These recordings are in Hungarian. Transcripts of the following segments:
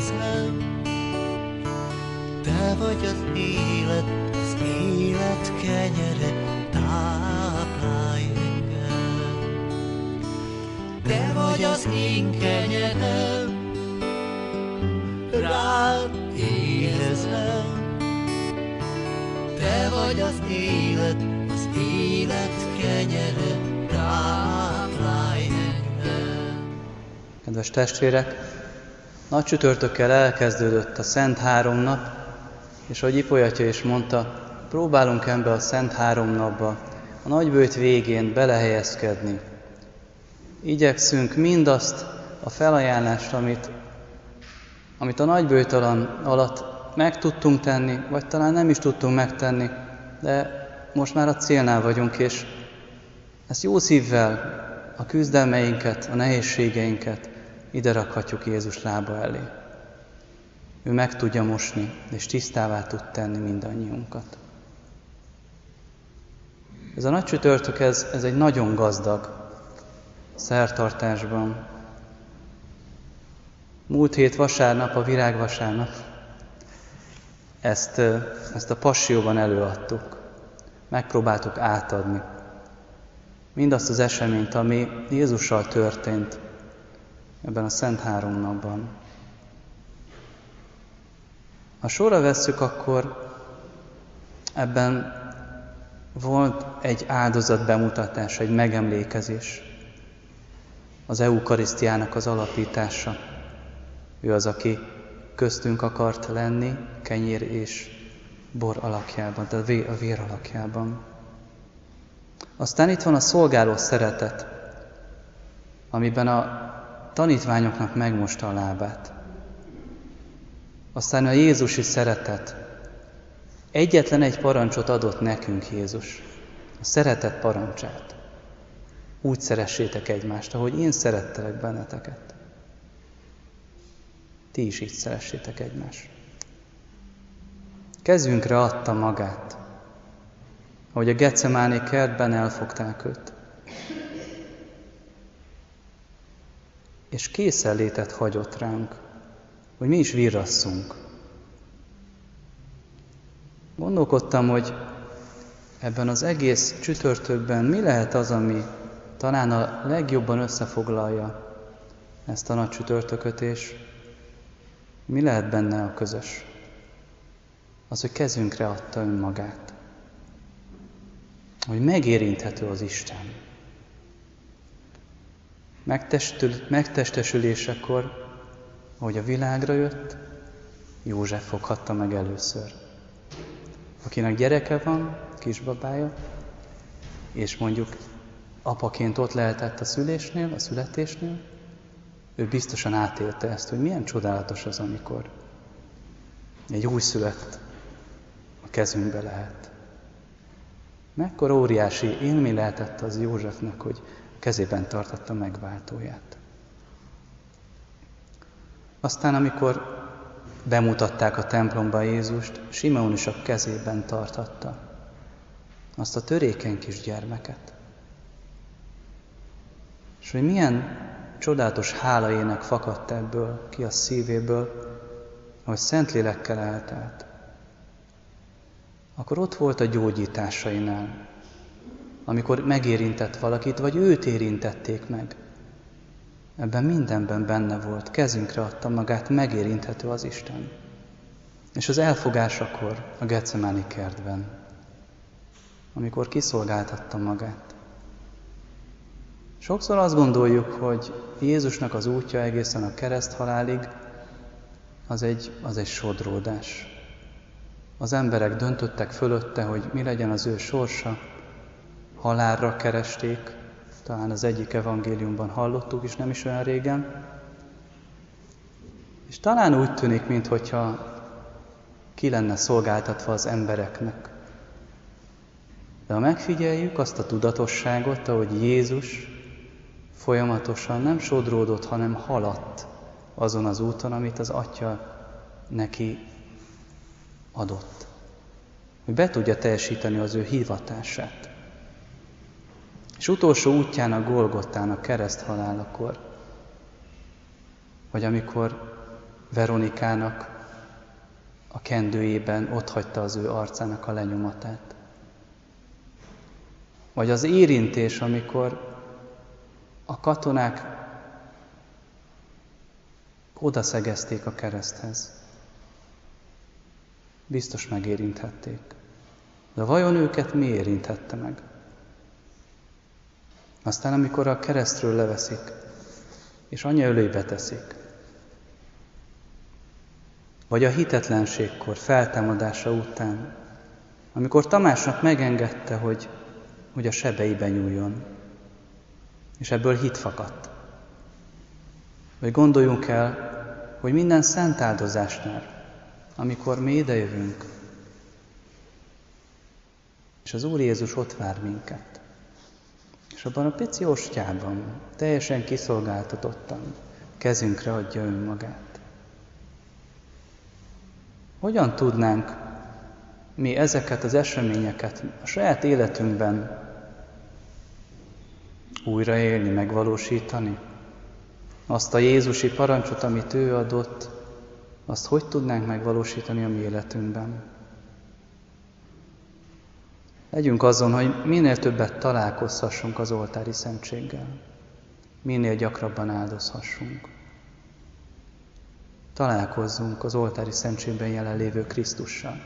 éhezem. Te vagy az élet kenyere, táplálj engem. Te vagy az én kenyerem, rád éhezem. Te vagy az élet kenyere, táplálj engem. Kedves testvérek, nagy csütörtökkel elkezdődött a Szent Háromnap, és ahogy Ippoly atya is mondta, próbálunk ebbe a Szent Háromnapba, a nagybőjt végén belehelyezkedni. Igyekszünk mindazt a felajánlást, amit a nagybőjt alatt meg tudtunk tenni, vagy talán nem is tudtunk megtenni, de most már a célnál vagyunk, és ezt jó szívvel, a küzdelmeinket, a nehézségeinket ide rakhatjuk Jézus lába elé. Ő meg tudja mosni, és tisztává tud tenni mindannyiunkat. Ez a nagy csütörtök, ez egy nagyon gazdag szertartásban. Múlt hét vasárnap, a virágvasárnap, ezt a passióban előadtuk. Megpróbáltuk átadni mindazt az eseményt, ami Jézussal történt ebben a Szent Háromnapban. Ha sorra vesszük, akkor ebben volt egy áldozat bemutatás, egy megemlékezés, az eukarisztiának az alapítása. Ő az, aki köztünk akart lenni, kenyér és bor alakjában, de a vér alakjában. Aztán itt van a szolgáló szeretet, amiben a tanítványoknak megmosta a lábát. Aztán a jézusi szeretet. Egyetlen egy parancsot adott nekünk Jézus, a szeretet parancsát. Úgy szeressétek egymást, ahogy én szerettelek benneteket. Ti is így szeressétek egymást. Kezünkre adta magát, ahogy a Getsemáné kertben elfogták őt. És készenlétet hagyott ránk, hogy mi is virrasszunk. Gondolkodtam, hogy ebben az egész csütörtökben mi lehet az, ami talán a legjobban összefoglalja ezt a nagy csütörtököt, és mi lehet benne a közös? Az, hogy kezünkre adta önmagát. Hogy megérinthető az Isten. Megtestesülésekor, ahogy a világra jött, József foghatta meg először. Akinek gyereke van, kisbabája, és mondjuk apaként ott lehetett a szülésnél, a születésnél, ő biztosan átélte ezt, hogy milyen csodálatos az, amikor egy újszülött a kezünkbe lehet. Mekkora óriási élmény lehetett az Józsefnek, hogy kezében tartotta megváltóját. Aztán, amikor bemutatták a templomba Jézust, Simeon is a kezében tarthatta azt a törékeny kis gyermeket. És hogy milyen csodálatos hálaének fakadt ebből ki a szívéből, ahogy Szentlélekkel eltelt. Akkor ott volt a gyógyításainál, amikor megérintett valakit, vagy őt érintették meg. Ebben mindenben benne volt, kezünkre adta magát, megérinthető az Isten. És az elfogásakor a Getsemáni kertben, amikor kiszolgáltatta magát. Sokszor azt gondoljuk, hogy Jézusnak az útja egészen a kereszthalálig az egy sodródás. Az emberek döntöttek fölötte, hogy mi legyen az ő sorsa, halálra keresték, talán az egyik evangéliumban hallottuk is nem is olyan régen, és talán úgy tűnik, minthogyha ki lenne szolgáltatva az embereknek. De ha megfigyeljük azt a tudatosságot, ahogy Jézus folyamatosan nem sodródott, hanem haladt azon az úton, amit az Atya neki adott. Hogy be tudja teljesíteni az ő hivatását. És utolsó útján a Golgottán, a kereszthalálakor, vagy amikor Veronikának a kendőjében otthagyta az ő arcának a lenyomatát. Vagy az érintés, amikor a katonák odaszegezték a kereszthez. Biztos megérinthették. De vajon őket mi érinthette meg? Aztán, amikor a keresztről leveszik, és anyja ölébe teszik, vagy a hitetlenségkor, feltámadása után, amikor Tamásnak megengedte, hogy a sebeibe nyúljon, és ebből hit fakadt. Vagy gondoljunk el, hogy minden szent áldozásnál, amikor mi idejövünk, és az Úr Jézus ott vár minket, és abban a pici ostyában, teljesen kiszolgáltatottan kezünkre adja önmagát. Hogyan tudnánk mi ezeket az eseményeket a saját életünkben újraélni, megvalósítani? Azt a jézusi parancsot, amit ő adott, azt hogy tudnánk megvalósítani a mi életünkben? Legyünk azon, hogy minél többet találkozhassunk az oltári szentséggel. Minél gyakrabban áldozhassunk. Találkozzunk az oltári szentségben jelenlévő Krisztussal.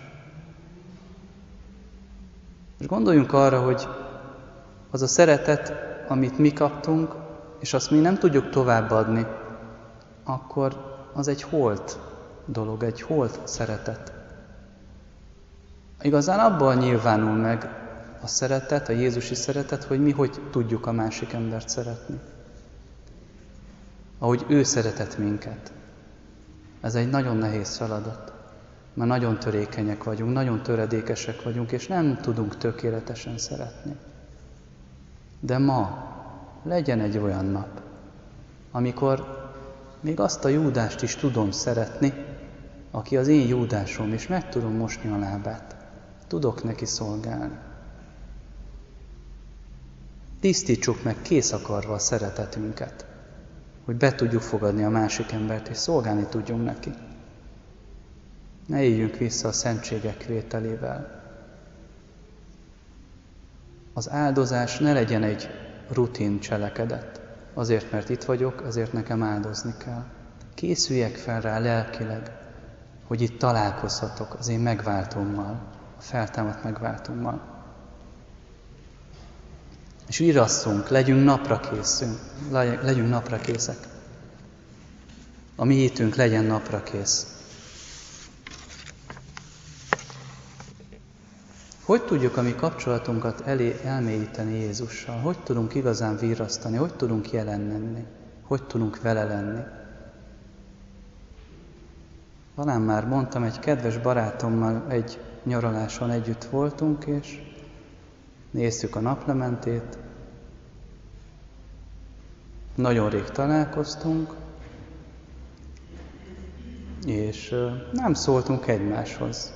És gondoljunk arra, hogy az a szeretet, amit mi kaptunk, és azt mi nem tudjuk továbbadni, akkor az egy holt dolog, egy holt szeretet. Igazán abban nyilvánul meg a szeretet, a jézusi szeretet, hogy mi hogy tudjuk a másik embert szeretni. Ahogy ő szeretett minket. Ez egy nagyon nehéz feladat, mert nagyon törékenyek vagyunk, nagyon töredékesek vagyunk, és nem tudunk tökéletesen szeretni. De ma legyen egy olyan nap, amikor még azt a Júdást is tudom szeretni, aki az én Júdásom, és meg tudom mosni a lábát. Tudok neki szolgálni. Tisztítsuk meg készakarva a szeretetünket, hogy be tudjuk fogadni a másik embert, és szolgálni tudjunk neki. Ne éljünk vissza a szentségek vételével. Az áldozás ne legyen egy rutin cselekedet. Azért, mert itt vagyok, ezért nekem áldozni kell. Készüljek fel rá lelkileg, hogy itt találkozhatok az én megváltómmal, a feltámadt megváltómmal. És írasszunk, legyünk napra készek. A mi hitünk legyen napra kész. Hogy tudjuk a mi kapcsolatunkat elmélyíteni Jézussal? Hogy tudunk igazán virrasztani? Hogy tudunk jelen lenni? Hogy tudunk vele lenni? Talán már mondtam, egy kedves barátommal egy nyaraláson együtt voltunk, és néztük a naplementét. Nagyon rég találkoztunk, és nem szóltunk egymáshoz.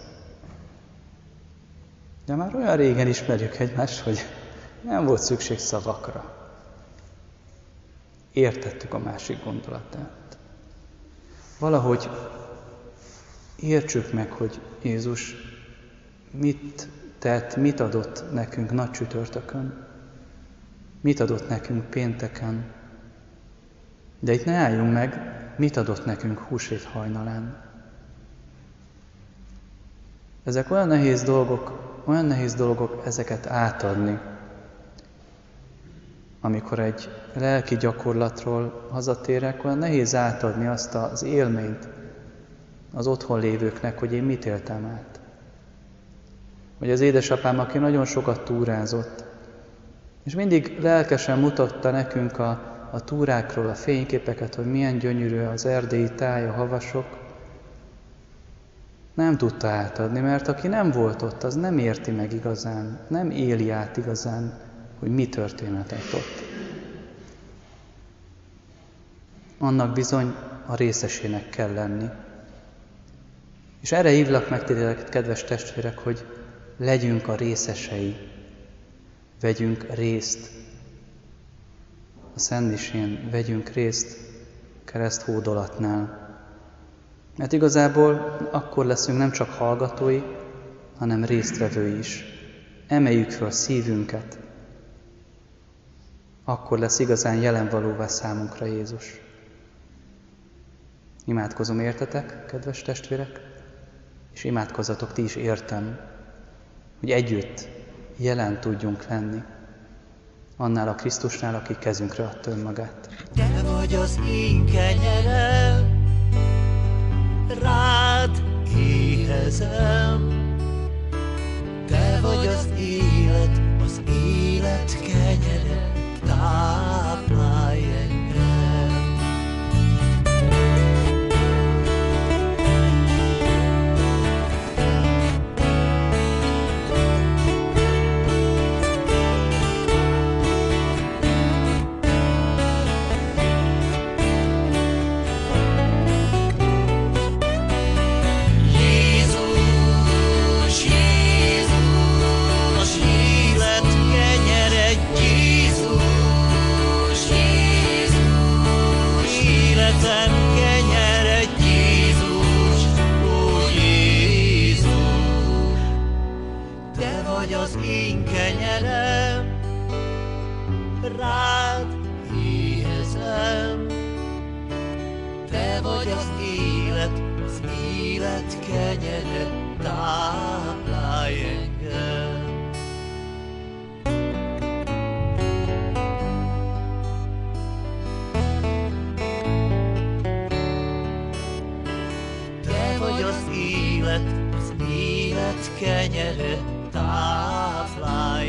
De már olyan régen ismerjük egymást, hogy nem volt szükség szavakra. Értettük a másik gondolatát. Valahogy értsük meg, hogy Jézus mit tett, mit adott nekünk nagy csütörtökön, mit adott nekünk pénteken, de itt ne álljunk meg, mit adott nekünk húsvét hajnalán. Ezek olyan nehéz dolgok ezeket átadni, amikor egy lelki gyakorlatról hazatérek, olyan nehéz átadni azt az élményt az otthon lévőknek, hogy én mit éltem át. Vagy az édesapám, aki nagyon sokat túrázott, és mindig lelkesen mutatta nekünk a túrákról a fényképeket, hogy milyen gyönyörű az erdélyi táj, a havasok, nem tudta átadni, mert aki nem volt ott, az nem érti meg igazán, nem éli át igazán, hogy mi történhetett ott. Annak bizony a részesének kell lenni. És erre hívlak meg titeket, kedves testvérek, hogy legyünk a részesei, vegyünk részt a szentmisén, vegyünk részt kereszthódolatnál. Mert igazából akkor leszünk nem csak hallgatói, hanem résztvevői is. Emeljük föl szívünket. Akkor lesz igazán jelenvalóvá számunkra Jézus. Imádkozom értetek, kedves testvérek, és imádkozzatok ti is értem, hogy együtt jelen tudjunk lenni annál a Krisztusnál, aki kezünkre adta önmagát. Te vagy az én kenyerem, rád éhezem. Te vagy az élet kenyere, táplálj engem. Az én kenyerem, rád éhezem. Te vagy az élet kenyere, táplálj engem. Te vagy az élet kenyere, táplálj